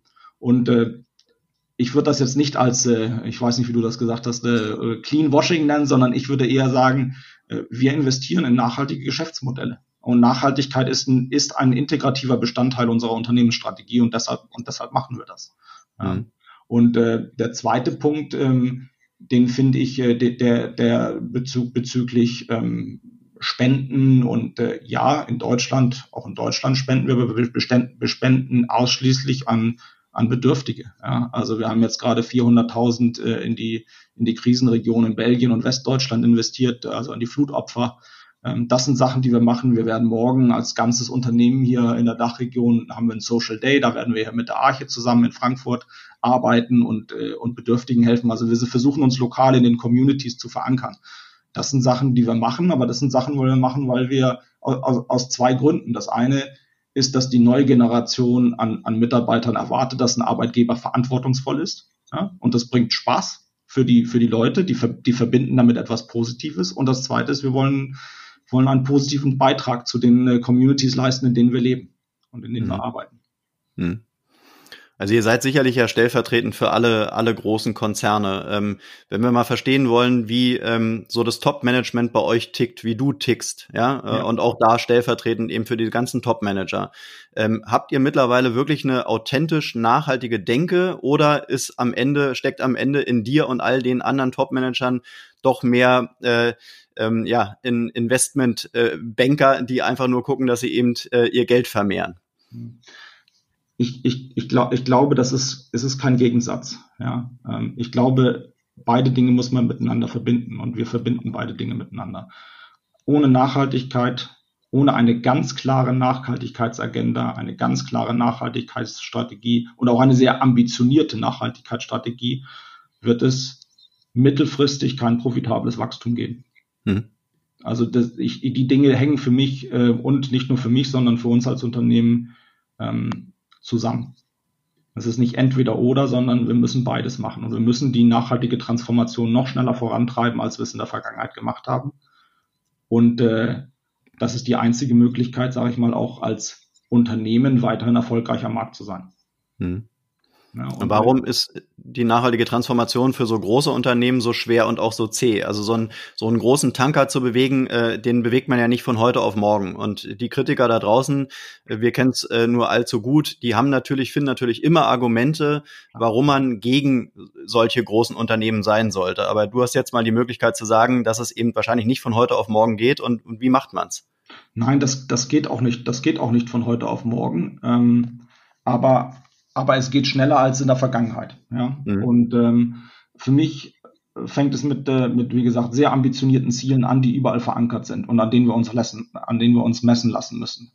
Ich würde das jetzt nicht als, ich weiß nicht, wie du das gesagt hast, Clean Washing nennen, sondern ich würde eher sagen, wir investieren in nachhaltige Geschäftsmodelle. Und Nachhaltigkeit ist ein integrativer Bestandteil unserer Unternehmensstrategie und deshalb machen wir das. Mhm. Und der zweite Punkt, den finde ich, der bezüglich Spenden und in Deutschland spenden wir spenden ausschließlich an Bedürftige. Ja. Also wir haben jetzt gerade 400.000 in die Krisenregion in Belgien und Westdeutschland investiert, also an die Flutopfer. Das sind Sachen, die wir machen. Wir werden morgen als ganzes Unternehmen hier in der Dachregion, haben wir einen Social Day, da werden wir hier mit der Arche zusammen in Frankfurt arbeiten und Bedürftigen helfen. Also wir versuchen uns lokal in den Communities zu verankern. Das sind Sachen, die wir machen, aber das sind Sachen, die wir machen, weil wir aus zwei Gründen. Das eine ist, dass die neue Generation an Mitarbeitern erwartet, dass ein Arbeitgeber verantwortungsvoll ist. Ja? Und das bringt Spaß für die Leute, die verbinden damit etwas Positives. Und das zweite ist, wir wollen einen positiven Beitrag zu den Communities leisten, in denen wir leben und in denen wir arbeiten. Mhm. Also ihr seid sicherlich ja stellvertretend für alle großen Konzerne. Wenn wir mal verstehen wollen, wie so das Top-Management bei euch tickt, wie du tickst, und auch da stellvertretend eben für die ganzen Top-Manager. Habt ihr mittlerweile wirklich eine authentisch nachhaltige Denke oder steckt am Ende in dir und all den anderen Top-Managern doch mehr in Investmentbanker, die einfach nur gucken, dass sie eben ihr Geld vermehren? Ich glaube, es ist kein Gegensatz. Ja, ich glaube, beide Dinge muss man miteinander verbinden und wir verbinden beide Dinge miteinander. Ohne Nachhaltigkeit, ohne eine ganz klare Nachhaltigkeitsagenda, eine ganz klare Nachhaltigkeitsstrategie und auch eine sehr ambitionierte Nachhaltigkeitsstrategie wird es mittelfristig kein profitables Wachstum geben. Also die Dinge hängen für mich und nicht nur für mich, sondern für uns als Unternehmen zusammen. Es ist nicht entweder oder, sondern wir müssen beides machen und wir müssen die nachhaltige Transformation noch schneller vorantreiben, als wir es in der Vergangenheit gemacht haben. Und das ist die einzige Möglichkeit, sage ich mal, auch als Unternehmen weiterhin erfolgreich am Markt zu sein. Ja, und warum ist die nachhaltige Transformation für so große Unternehmen so schwer und auch so zäh? Also so einen großen Tanker zu bewegen, den bewegt man ja nicht von heute auf morgen. Und die Kritiker da draußen, wir kennen es nur allzu gut, die finden natürlich immer Argumente, warum man gegen solche großen Unternehmen sein sollte. Aber du hast jetzt mal die Möglichkeit zu sagen, dass es eben wahrscheinlich nicht von heute auf morgen geht. Und wie macht man's? Nein, das geht auch nicht. Das geht auch nicht von heute auf morgen. Aber es geht schneller als in der Vergangenheit. Ja? Und für mich fängt es mit, wie gesagt, sehr ambitionierten Zielen an, die überall verankert sind und an denen wir uns messen lassen müssen.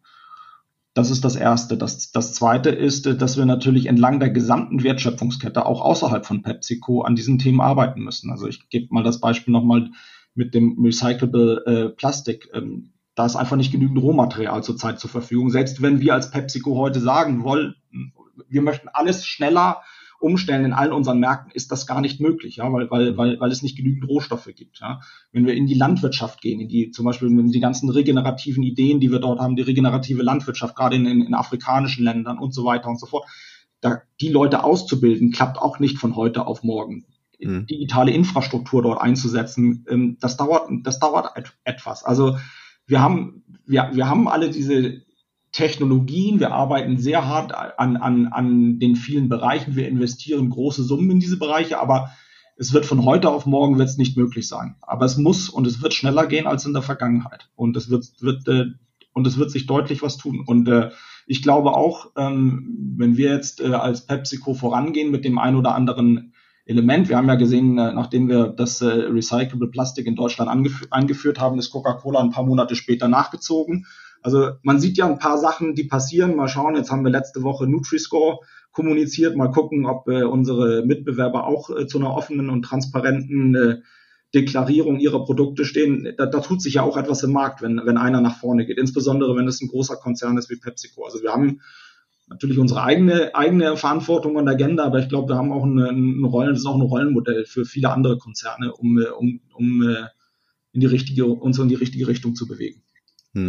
Das ist das Erste. Das Zweite ist, dass wir natürlich entlang der gesamten Wertschöpfungskette, auch außerhalb von PepsiCo, an diesen Themen arbeiten müssen. Also ich gebe mal das Beispiel nochmal mit dem Recyclable Plastik. Da ist einfach nicht genügend Rohmaterial zurzeit zur Verfügung. Selbst wenn wir als PepsiCo heute sagen wollen, wir möchten alles schneller umstellen in allen unseren Märkten, ist das gar nicht möglich, ja, weil es nicht genügend Rohstoffe gibt. Ja. Wenn wir in die Landwirtschaft gehen, zum Beispiel in die ganzen regenerativen Ideen, die wir dort haben, die regenerative Landwirtschaft, gerade in afrikanischen Ländern und so weiter und so fort, die Leute auszubilden, klappt auch nicht von heute auf morgen. Digitale Infrastruktur dort einzusetzen, das dauert etwas. Also wir haben alle diese Technologien, wir arbeiten sehr hart an den vielen Bereichen, wir investieren große Summen in diese Bereiche, aber es wird von heute auf morgen nicht möglich sein. Aber es muss und es wird schneller gehen als in der Vergangenheit und es wird sich deutlich was tun. Und ich glaube auch, wenn wir jetzt als PepsiCo vorangehen mit dem ein oder anderen Element, wir haben ja gesehen, nachdem wir das Recyclable Plastik in Deutschland eingeführt haben, ist Coca-Cola ein paar Monate später nachgezogen. Also man sieht ja ein paar Sachen, die passieren. Mal schauen, jetzt haben wir letzte Woche Nutri-Score kommuniziert. Mal gucken, ob unsere Mitbewerber auch zu einer offenen und transparenten Deklarierung ihrer Produkte stehen. Da tut sich ja auch etwas im Markt, wenn einer nach vorne geht. Insbesondere, wenn es ein großer Konzern ist wie PepsiCo. Also wir haben natürlich unsere eigene Verantwortung und Agenda, aber ich glaube, wir haben auch das ist auch ein Rollenmodell für viele andere Konzerne, um uns in die richtige Richtung zu bewegen.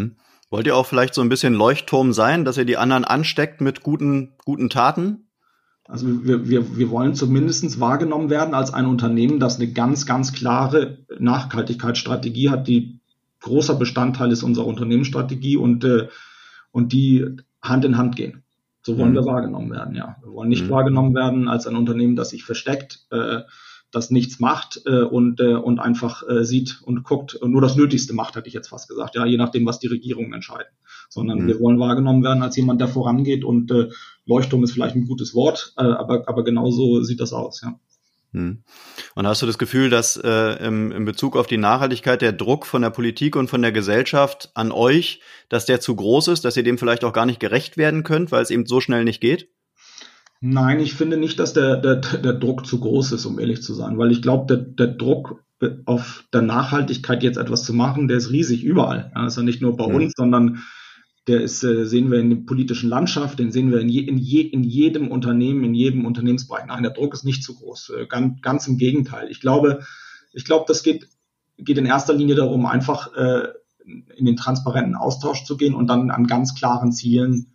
Wollt ihr auch vielleicht so ein bisschen Leuchtturm sein, dass ihr die anderen ansteckt mit guten Taten? Also wir wollen zumindest wahrgenommen werden als ein Unternehmen, das eine ganz, ganz klare Nachhaltigkeitsstrategie hat, die großer Bestandteil ist unserer Unternehmensstrategie und die Hand in Hand gehen. So wollen wir wahrgenommen werden, ja. Wir wollen nicht wahrgenommen werden als ein Unternehmen, das sich versteckt, das nichts macht und einfach sieht und guckt und nur das Nötigste macht, hätte ich jetzt fast gesagt, ja, je nachdem, was die Regierungen entscheiden. Sondern wir wollen wahrgenommen werden als jemand, der vorangeht und Leuchtturm ist vielleicht ein gutes Wort, aber genauso sieht das aus, ja. Und hast du das Gefühl, dass im Bezug auf die Nachhaltigkeit der Druck von der Politik und von der Gesellschaft an euch, dass der zu groß ist, dass ihr dem vielleicht auch gar nicht gerecht werden könnt, weil es eben so schnell nicht geht? Nein, ich finde nicht, dass der Druck zu groß ist, um ehrlich zu sein, weil ich glaube, der Druck auf der Nachhaltigkeit jetzt etwas zu machen, der ist riesig überall. Ja, ist ja nicht nur bei uns, sondern der ist, sehen wir in der politischen Landschaft, den sehen wir in jedem Unternehmen, in jedem Unternehmensbereich. Nein, der Druck ist nicht zu groß, ganz im Gegenteil. Ich glaube, das geht in erster Linie darum, einfach in den transparenten Austausch zu gehen und dann an ganz klaren Zielen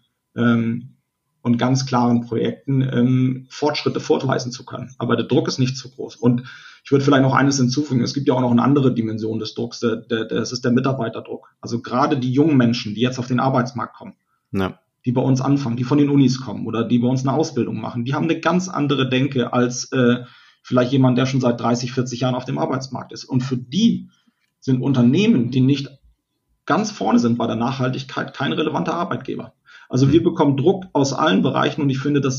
und ganz klaren Projekten Fortschritte vorweisen zu können. Aber der Druck ist nicht zu groß. Und ich würde vielleicht noch eines hinzufügen. Es gibt ja auch noch eine andere Dimension des Drucks. Das ist der Mitarbeiterdruck. Also gerade die jungen Menschen, die jetzt auf den Arbeitsmarkt kommen, die bei uns anfangen, die von den Unis kommen oder die bei uns eine Ausbildung machen, die haben eine ganz andere Denke als vielleicht jemand, der schon seit 30, 40 Jahren auf dem Arbeitsmarkt ist. Und für die sind Unternehmen, die nicht ganz vorne sind bei der Nachhaltigkeit, kein relevanter Arbeitgeber. Also wir bekommen Druck aus allen Bereichen und ich finde, das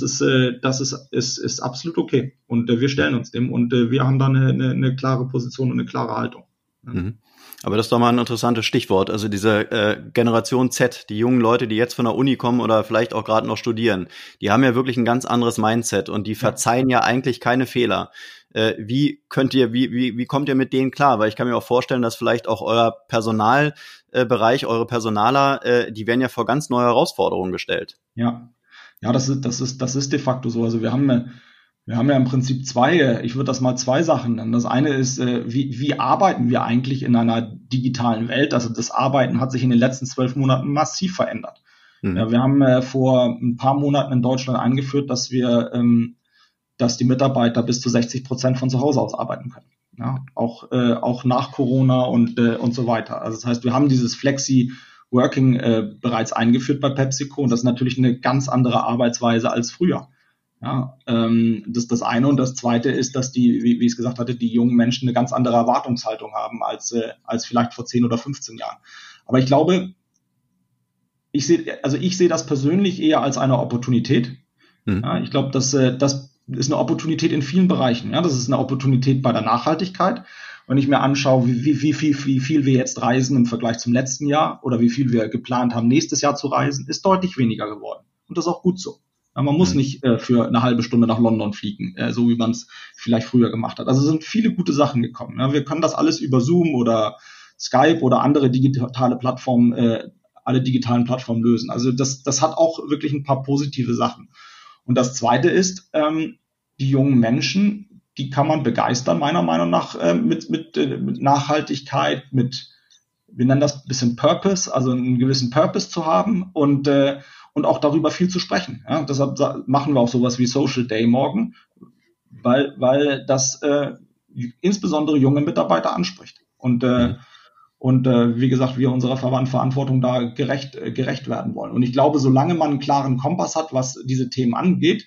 ist absolut okay. Und wir stellen uns dem und wir haben da eine klare Position und eine klare Haltung. Mhm. Aber das ist doch mal ein interessantes Stichwort. Also diese Generation Z, die jungen Leute, die jetzt von der Uni kommen oder vielleicht auch gerade noch studieren, die haben ja wirklich ein ganz anderes Mindset und die verzeihen ja eigentlich keine Fehler. Wie kommt ihr mit denen klar? Weil ich kann mir auch vorstellen, dass vielleicht auch euer Personalbereich, eure Personaler, die werden ja vor ganz neue Herausforderungen gestellt. Ja, das ist de facto so. Also wir haben ja im Prinzip ich würde das mal zwei Sachen nennen. Das eine ist, wie arbeiten wir eigentlich in einer digitalen Welt? Also das Arbeiten hat sich in den letzten 12 Monaten massiv verändert. Ja, wir haben vor ein paar Monaten in Deutschland eingeführt, dass die Mitarbeiter bis zu 60% von zu Hause aus arbeiten können. Ja, auch nach Corona und so weiter. Also das heißt, wir haben dieses Flexi-Working bereits eingeführt bei PepsiCo und das ist natürlich eine ganz andere Arbeitsweise als früher. Ja, das ist das eine. Und das zweite ist, dass wie ich es gesagt hatte, die jungen Menschen eine ganz andere Erwartungshaltung haben als vielleicht vor 10 oder 15 Jahren. Aber ich glaube, ich sehe das persönlich eher als eine Opportunität. Ja, ich glaube, das ist eine Opportunität in vielen Bereichen. Ja, das ist eine Opportunität bei der Nachhaltigkeit. Wenn ich mir anschaue, wie viel wir jetzt reisen im Vergleich zum letzten Jahr oder wie viel wir geplant haben, nächstes Jahr zu reisen, ist deutlich weniger geworden. Und das ist auch gut so. Ja, man muss nicht für eine halbe Stunde nach London fliegen, so wie man es vielleicht früher gemacht hat. Also es sind viele gute Sachen gekommen. Ja, wir können das alles über Zoom oder Skype oder andere digitale Plattformen, alle digitalen Plattformen lösen. Also das hat auch wirklich ein paar positive Sachen. Und das Zweite ist, die jungen Menschen, die kann man begeistern, meiner Meinung nach, mit Nachhaltigkeit, wir nennen das ein bisschen Purpose, also einen gewissen Purpose zu haben und auch darüber viel zu sprechen. Ja? Deshalb machen wir auch sowas wie Social Day morgen, weil das insbesondere junge Mitarbeiter anspricht. Und wie gesagt, wir unserer Verantwortung da gerecht werden wollen. Und ich glaube, solange man einen klaren Kompass hat, was diese Themen angeht,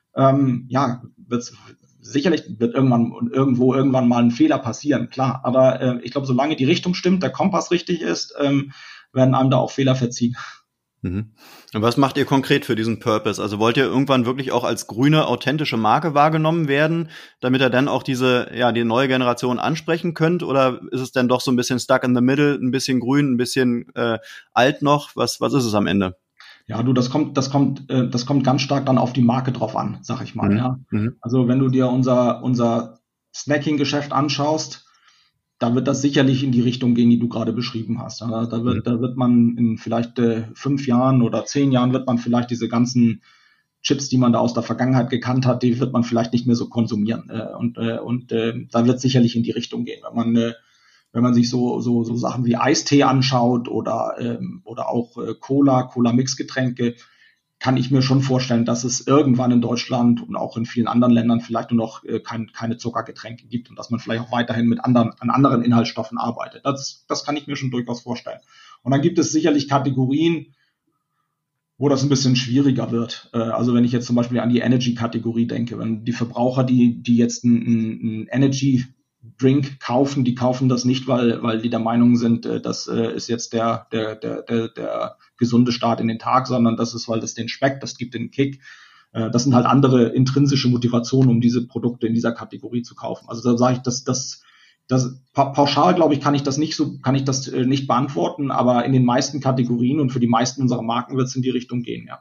wird irgendwann mal ein Fehler passieren, klar. Aber ich glaube, solange die Richtung stimmt, der Kompass richtig ist, werden einem da auch Fehler verziehen. Mhm. Und was macht ihr konkret für diesen Purpose? Also wollt ihr irgendwann wirklich auch als grüne, authentische Marke wahrgenommen werden, damit ihr dann auch die neue Generation ansprechen könnt? Oder ist es dann doch so ein bisschen stuck in the middle, ein bisschen grün, ein bisschen alt noch? Was ist es am Ende? Ja, das kommt ganz stark dann auf die Marke drauf an, sag ich mal. Ja. Also wenn du dir unser Snacking-Geschäft anschaust, da wird das sicherlich in die Richtung gehen, die du gerade beschrieben hast. Da wird man in vielleicht 5 Jahren oder 10 Jahren wird man vielleicht diese ganzen Chips, die man da aus der Vergangenheit gekannt hat, die wird man vielleicht nicht mehr so konsumieren. Und da wird sicherlich in die Richtung gehen. Wenn wenn man sich so Sachen wie Eistee anschaut oder auch Cola-Mixgetränke, kann ich mir schon vorstellen, dass es irgendwann in Deutschland und auch in vielen anderen Ländern vielleicht nur noch keine Zuckergetränke gibt und dass man vielleicht auch weiterhin an anderen Inhaltsstoffen arbeitet. Das kann ich mir schon durchaus vorstellen. Und dann gibt es sicherlich Kategorien, wo das ein bisschen schwieriger wird. Also wenn ich jetzt zum Beispiel an die Energy-Kategorie denke, wenn die Verbraucher, die jetzt einen Energy-Drink kaufen, die kaufen das nicht, weil die der Meinung sind, das ist jetzt der gesunde Start in den Tag, sondern das ist, weil das den schmeckt, das gibt den Kick. Das sind halt andere intrinsische Motivationen, um diese Produkte in dieser Kategorie zu kaufen. Also da sage ich, das pauschal, glaube ich, kann ich das nicht beantworten, aber in den meisten Kategorien und für die meisten unserer Marken wird es in die Richtung gehen, ja.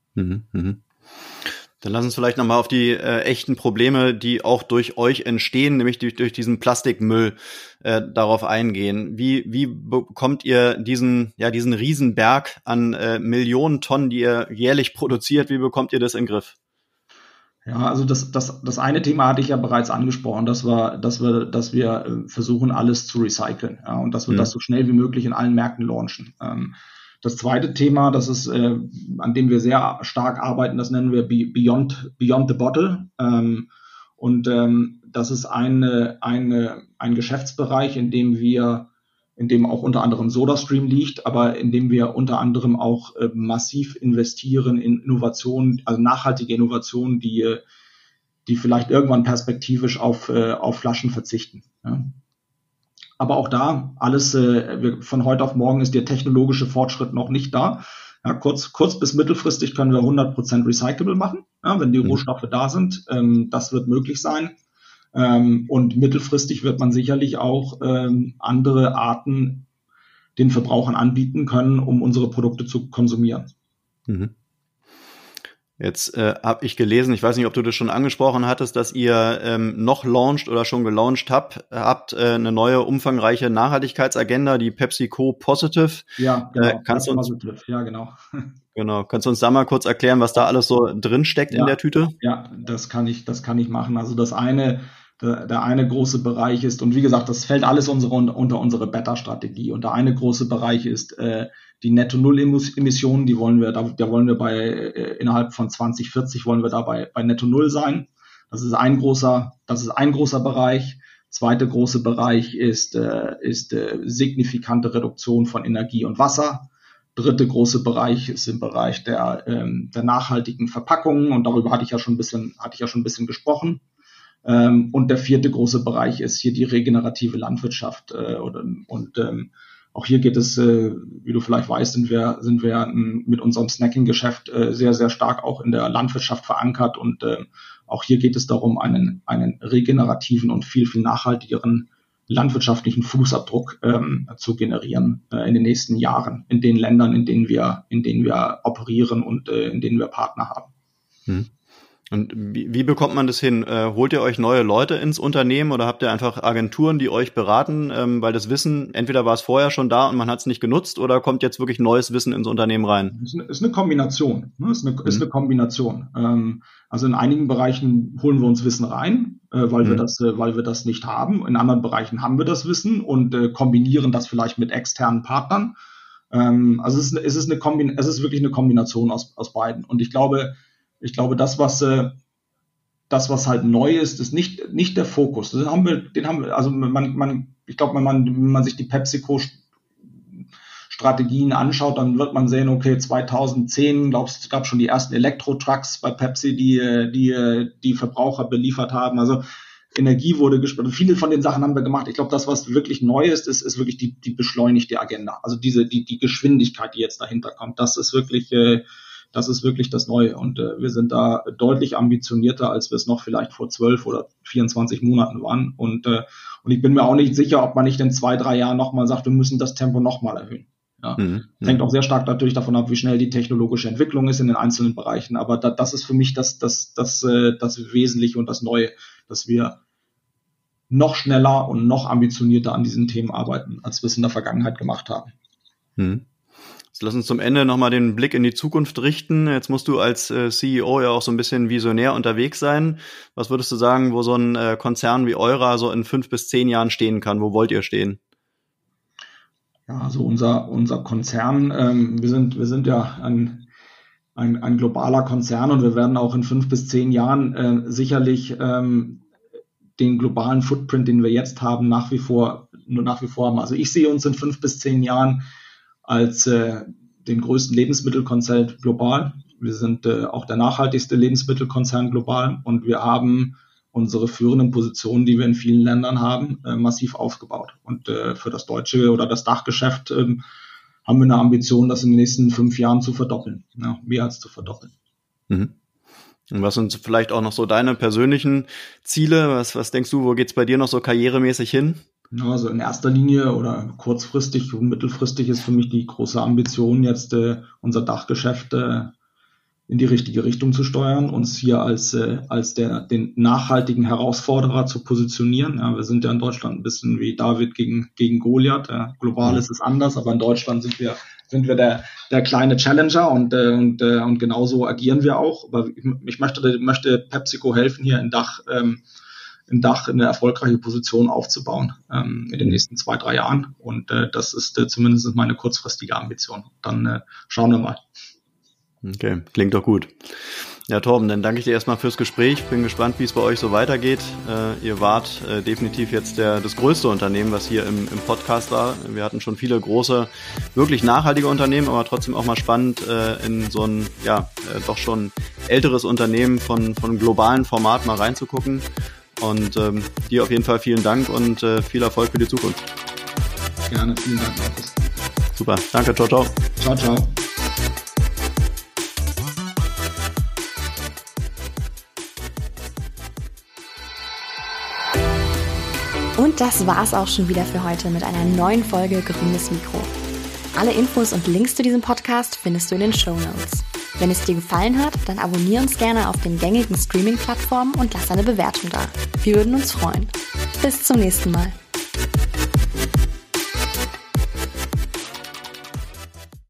Dann lass uns vielleicht nochmal auf die echten Probleme, die auch durch euch entstehen, nämlich durch diesen Plastikmüll darauf eingehen. Wie bekommt ihr diesen Riesenberg an Millionen Tonnen, die ihr jährlich produziert, wie bekommt ihr das in den Griff? Ja, also das eine Thema hatte ich ja bereits angesprochen, dass wir versuchen, alles zu recyceln, ja, und dass wir das so schnell wie möglich in allen Märkten launchen. Das zweite Thema, das ist, an dem wir sehr stark arbeiten, das nennen wir Beyond the Bottle. Das ist ein Geschäftsbereich, in dem auch unter anderem SodaStream liegt, aber in dem wir unter anderem auch massiv investieren in Innovationen, also nachhaltige Innovationen, die vielleicht irgendwann perspektivisch auf Flaschen verzichten. Ja. Aber auch da, alles von heute auf morgen ist der technologische Fortschritt noch nicht da. Ja, kurz bis mittelfristig können wir 100% recyclable machen, ja, wenn die Rohstoffe da sind. Das wird möglich sein. Und mittelfristig wird man sicherlich auch andere Arten den Verbrauchern anbieten können, um unsere Produkte zu konsumieren. Jetzt habe ich gelesen, ich weiß nicht, ob du das schon angesprochen hattest, dass ihr noch launcht oder schon gelauncht habt eine neue umfangreiche Nachhaltigkeitsagenda, die PepsiCo Positive. Ja, genau. Kannst du uns da mal kurz erklären, was da alles so drin steckt in der Tüte? Ja, das kann ich machen. Also der eine große Bereich ist, und wie gesagt, das fällt alles unter unsere Beta-Strategie. Und der eine große Bereich ist die Netto-Null-Emissionen, da wollen wir innerhalb von 2040 wollen wir da bei Netto-Null sein. Das ist ein großer Bereich. Zweite große Bereich ist signifikante Reduktion von Energie und Wasser. Dritte große Bereich ist im Bereich der nachhaltigen Verpackungen, und darüber hatte ich ja schon ein bisschen gesprochen. Und der vierte große Bereich ist hier die regenerative Landwirtschaft. Auch hier geht es, wie du vielleicht weißt, sind wir mit unserem Snacking-Geschäft sehr, sehr stark auch in der Landwirtschaft verankert. Und auch hier geht es darum, einen regenerativen und viel, viel nachhaltigeren landwirtschaftlichen Fußabdruck zu generieren in den nächsten Jahren in den Ländern, in denen wir operieren und in denen wir Partner haben. Und wie bekommt man das hin? Holt ihr euch neue Leute ins Unternehmen oder habt ihr einfach Agenturen, die euch beraten? Weil das Wissen, entweder war es vorher schon da und man hat es nicht genutzt, oder kommt jetzt wirklich neues Wissen ins Unternehmen rein? Ist eine Kombination. Ist eine Kombination. Also in einigen Bereichen holen wir uns Wissen rein, weil wir das nicht haben. In anderen Bereichen haben wir das Wissen und kombinieren das vielleicht mit externen Partnern. Also es ist wirklich eine Kombination aus beiden. Und ich glaube, das, was halt neu ist nicht der Fokus. Den haben wir, also ich glaube, wenn man sich die PepsiCo Strategien anschaut, dann wird man sehen, okay, 2010, es gab schon die ersten Elektro-Trucks bei Pepsi, die Verbraucher beliefert haben. Also Energie wurde gespart. Viele von den Sachen haben wir gemacht. Ich glaube, das, was wirklich neu ist wirklich die beschleunigte Agenda. Also die Geschwindigkeit, die jetzt dahinter kommt. Das ist wirklich das Neue. Und wir sind da deutlich ambitionierter, als wir es noch vielleicht vor 12 oder 24 Monaten waren. Und ich bin mir auch nicht sicher, ob man nicht in 2-3 Jahren nochmal sagt, wir müssen das Tempo nochmal erhöhen. Ja. Das hängt auch sehr stark natürlich davon ab, wie schnell die technologische Entwicklung ist in den einzelnen Bereichen. Aber das ist für mich das Wesentliche und das Neue, dass wir noch schneller und noch ambitionierter an diesen Themen arbeiten, als wir es in der Vergangenheit gemacht haben. Jetzt lass uns zum Ende nochmal den Blick in die Zukunft richten. Jetzt musst du als CEO ja auch so ein bisschen visionär unterwegs sein. Was würdest du sagen, wo so ein Konzern wie eurer so in 5 bis 10 Jahren stehen kann? Wo wollt ihr stehen? Ja, also unser Konzern, wir sind ja ein globaler Konzern und wir werden auch in 5 bis 10 Jahren sicherlich den globalen Footprint, den wir jetzt haben, nach wie vor haben. Also ich sehe uns in 5 bis 10 Jahren als den größten Lebensmittelkonzern global. Wir sind auch der nachhaltigste Lebensmittelkonzern global und wir haben unsere führenden Positionen, die wir in vielen Ländern haben, massiv aufgebaut. Und für das deutsche oder das Dachgeschäft haben wir eine Ambition, das in den nächsten 5 Jahren zu verdoppeln, mehr als zu verdoppeln. Mhm. Und was sind vielleicht auch noch so deine persönlichen Ziele? Was denkst du, wo geht's bei dir noch so karrieremäßig hin? Also in erster Linie oder kurzfristig und mittelfristig ist für mich die große Ambition, jetzt unser Dachgeschäft in die richtige Richtung zu steuern, uns hier als den nachhaltigen Herausforderer zu positionieren. Ja, wir sind ja in Deutschland ein bisschen wie David gegen Goliath. Ja, global ist es anders, aber in Deutschland sind wir der kleine Challenger und genauso agieren wir auch. Aber ich möchte PepsiCo helfen, hier in Dach eine erfolgreiche Position aufzubauen in den nächsten 2-3 Jahren. Und das ist zumindest meine kurzfristige Ambition. Dann schauen wir mal. Okay, klingt doch gut. Ja, Torben, dann danke ich dir erstmal fürs Gespräch. Bin gespannt, wie es bei euch so weitergeht. Ihr wart definitiv jetzt das größte Unternehmen, was hier im Podcast war. Wir hatten schon viele große, wirklich nachhaltige Unternehmen, aber trotzdem auch mal spannend, in so ein, doch schon älteres Unternehmen von globalen Format mal reinzugucken. Und dir auf jeden Fall vielen Dank und viel Erfolg für die Zukunft. Gerne, vielen Dank, Markus. Super, danke, ciao, ciao. Ciao, ciao. Und das war's auch schon wieder für heute mit einer neuen Folge Grünes Mikro. Alle Infos und Links zu diesem Podcast findest du in den Shownotes. Wenn es dir gefallen hat, dann abonniere uns gerne auf den gängigen Streaming-Plattformen und lass eine Bewertung da. Wir würden uns freuen. Bis zum nächsten Mal.